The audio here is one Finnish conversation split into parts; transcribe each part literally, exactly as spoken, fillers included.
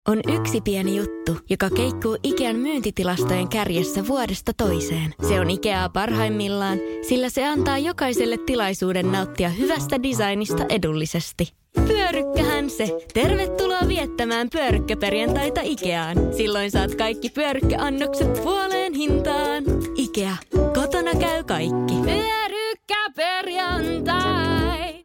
On yksi pieni juttu, joka keikkuu Ikean myyntitilastojen kärjessä vuodesta toiseen. Se on Ikeaa parhaimmillaan, sillä se antaa jokaiselle tilaisuuden nauttia hyvästä designista edullisesti. Pyörykkähän se! Tervetuloa viettämään pyörykkäperjantaita Ikeaan. Silloin saat kaikki pyörykkäannokset puoleen hintaan. Ikea. Kotona käy kaikki. Pyörykkäperjantai!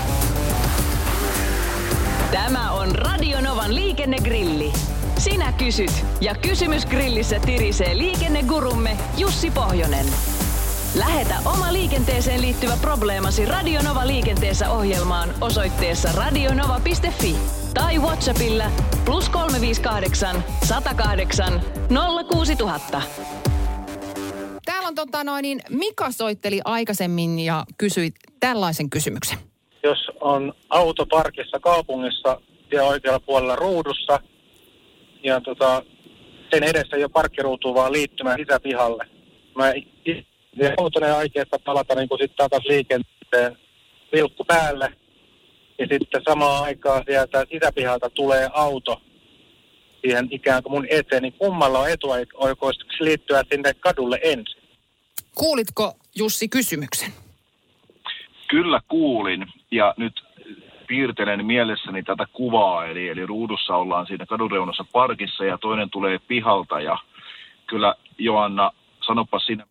Tämä on Radio Novan liikennegrilli. Sinä kysyt ja kysymys grillissä tirisee liikennegurumme Jussi Pohjonen. Lähetä oma liikenteeseen liittyvä probleemasi Radio Nova liikenteessä ohjelmaan osoitteessa radionova piste fi tai WhatsAppilla plus kolme viisi kahdeksan, sata kahdeksan, nolla kuusi tuhatta. Täällä on tota noin, niin Mika soitteli aikaisemmin ja kysyi tällaisen kysymyksen. Jos on auto parkissa kaupungissa ja oikealla puolella ruudussa ja tota, sen edessä ei ole parkkiruutua, vaan liittymä sisäpihalle. Mä autonen aikeesta palata niin sitten takaisin liikenteen vilkku päälle ja sitten samaan aikaan sieltä sisäpihalta tulee auto siihen ikään kuin mun eteen, niin kummalla on etuoikeus liittyä sinne kadulle ensin? Kuulitko, Jussi, kysymyksen? Kyllä kuulin, ja nyt piirtelen mielessäni tätä kuvaa, eli, eli ruudussa ollaan siinä kadunreunassa parkissa ja toinen tulee pihalta, ja kyllä Joanna, sanopa sinä.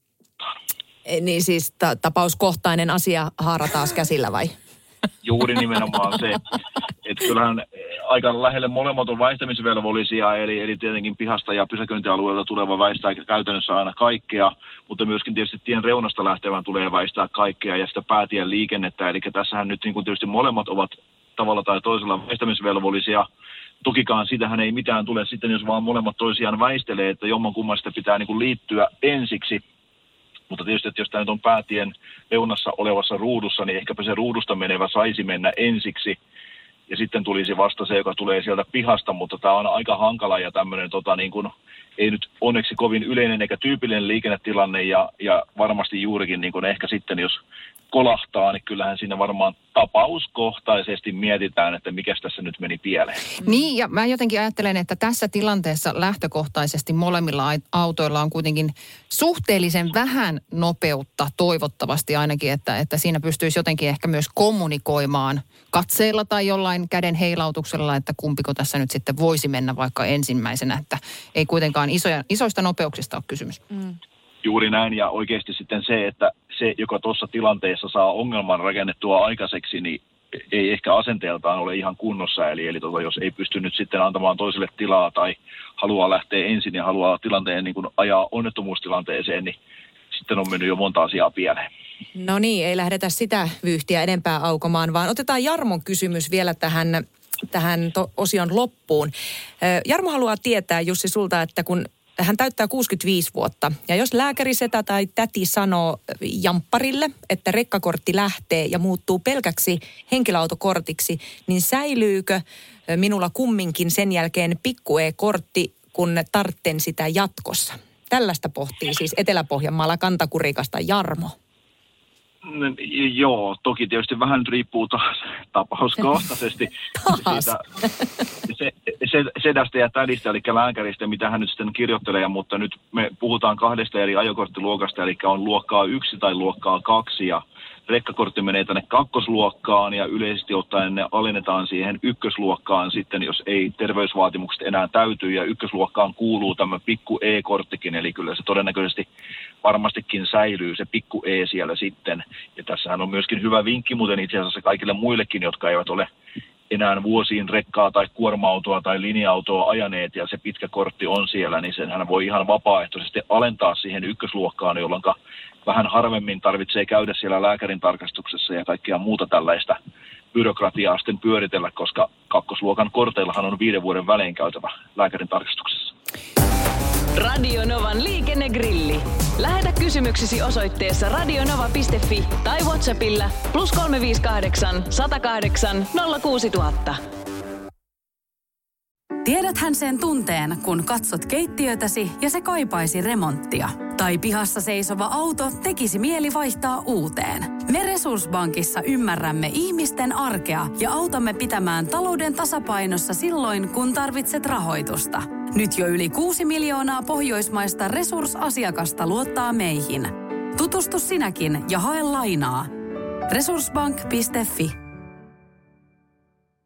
Niin siis ta- tapauskohtainen asia haara taas käsillä vai? Juuri nimenomaan se, että kyllähän aika lähelle molemmat on väistämisvelvollisia, eli, eli tietenkin pihasta ja pysäköintialueelta tuleva väistää käytännössä aina kaikkea, mutta myöskin tietysti tien reunasta lähtevän tulee väistää kaikkea ja sitä päätien liikennettä, eli tässähän nyt niin kuin tietysti molemmat ovat tavalla tai toisella väistämisvelvollisia. Tokikaan sitähän ei mitään tule sitten, jos vaan molemmat toisiaan väistelee, että jommankummasta pitää niin kuin liittyä ensiksi. Mutta tietysti, että jos tämä nyt on päätien reunassa olevassa ruudussa, niin ehkäpä se ruudusta menevä saisi mennä ensiksi. Ja sitten tulisi vasta se, joka tulee sieltä pihasta, mutta tämä on aika hankala ja tämmöinen tota, niin kuin, ei nyt onneksi kovin yleinen eikä tyypillinen liikennetilanne. Ja, ja varmasti juurikin niin kuin ehkä sitten, jos kolahtaa, niin kyllähän siinä varmaan tapauskohtaisesti mietitään, että mikäs tässä nyt meni pieleen. Niin, ja mä jotenkin ajattelen, että tässä tilanteessa lähtökohtaisesti molemmilla autoilla on kuitenkin suhteellisen vähän nopeutta, toivottavasti ainakin, että, että siinä pystyisi jotenkin ehkä myös kommunikoimaan katseilla tai jollain käden heilautuksella, että kumpiko tässä nyt sitten voisi mennä vaikka ensimmäisenä, että ei kuitenkaan isoja, isoista nopeuksista ole kysymys. Mm. Juuri näin, ja oikeasti sitten se, että se, joka tuossa tilanteessa saa ongelman rakennettua aikaiseksi, niin ei ehkä asenteeltaan ole ihan kunnossa. Eli, eli tota, jos ei pysty nyt sitten antamaan toiselle tilaa tai haluaa lähteä ensin ja haluaa tilanteen niin kuin ajaa onnettomuustilanteeseen, niin sitten on mennyt jo monta asiaa pieleen. No niin, ei lähdetä sitä vyyhtiä enempää aukomaan, vaan otetaan Jarmon kysymys vielä tähän, tähän to- osion loppuun. Jarmo haluaa tietää, Jussi, sulta, että kun hän täyttää kuusikymmentäviisi vuotta. Ja jos lääkärisetä tai täti sanoo jampparille, että rekkakortti lähtee ja muuttuu pelkäksi henkilöautokortiksi, niin säilyykö minulla kumminkin sen jälkeen pikku E-kortti, kun tartten sitä jatkossa? Tällaista pohtii siis Etelä-Pohjanmaalla Kantakurikasta Jarmo. Joo, toki tietysti vähän nyt riippuu taas tapauskohtaisesti siitä se, se, sedästä ja tädistä, eli lääkäristä, mitä hän nyt sitten kirjoittelee, mutta nyt me puhutaan kahdesta eri ajokorttiluokasta, eli on luokkaa yksi tai luokkaa kaksi, ja rekkakortti menee tänne kakkosluokkaan, ja yleisesti ottaen ne alennetaan siihen ykkösluokkaan sitten, jos ei terveysvaatimukset enää täytyy, ja ykkösluokkaan kuuluu tämä pikku E-korttikin, eli kyllä se todennäköisesti varmastikin säilyy se pikku E siellä sitten. Ja tässähän on myöskin hyvä vinkki muuten itse asiassa kaikille muillekin, jotka eivät ole enää vuosiin rekkaa tai kuorma-autoa tai linja-autoa ajaneet ja se pitkä kortti on siellä, niin senhän voi ihan vapaaehtoisesti alentaa siihen ykkösluokkaan, jolloin vähän harvemmin tarvitsee käydä siellä lääkärin tarkastuksessa ja kaikkea muuta tällaista byrokratiaa sitten pyöritellä, koska kakkosluokan korteillahan on viiden vuoden välein käytävä lääkärin tarkastuksessa. Radio Novan liikennegrilli. Lähetä kysymyksesi osoitteessa radionova piste fi tai WhatsAppilla plus kolme viisi kahdeksan, sata kahdeksan, nolla kuusi tuhatta. Tiedäthän sen tunteen, kun katsot keittiötäsi ja se kaipaisi remonttia. Tai pihassa seisova auto tekisi mieli vaihtaa uuteen. Me Resurssbankissa ymmärrämme ihmisten arkea ja autamme pitämään talouden tasapainossa silloin, kun tarvitset rahoitusta. Nyt jo yli kuusi miljoonaa pohjoismaista resursasiakasta luottaa meihin. Tutustu sinäkin ja hae lainaa. resurssbank piste fi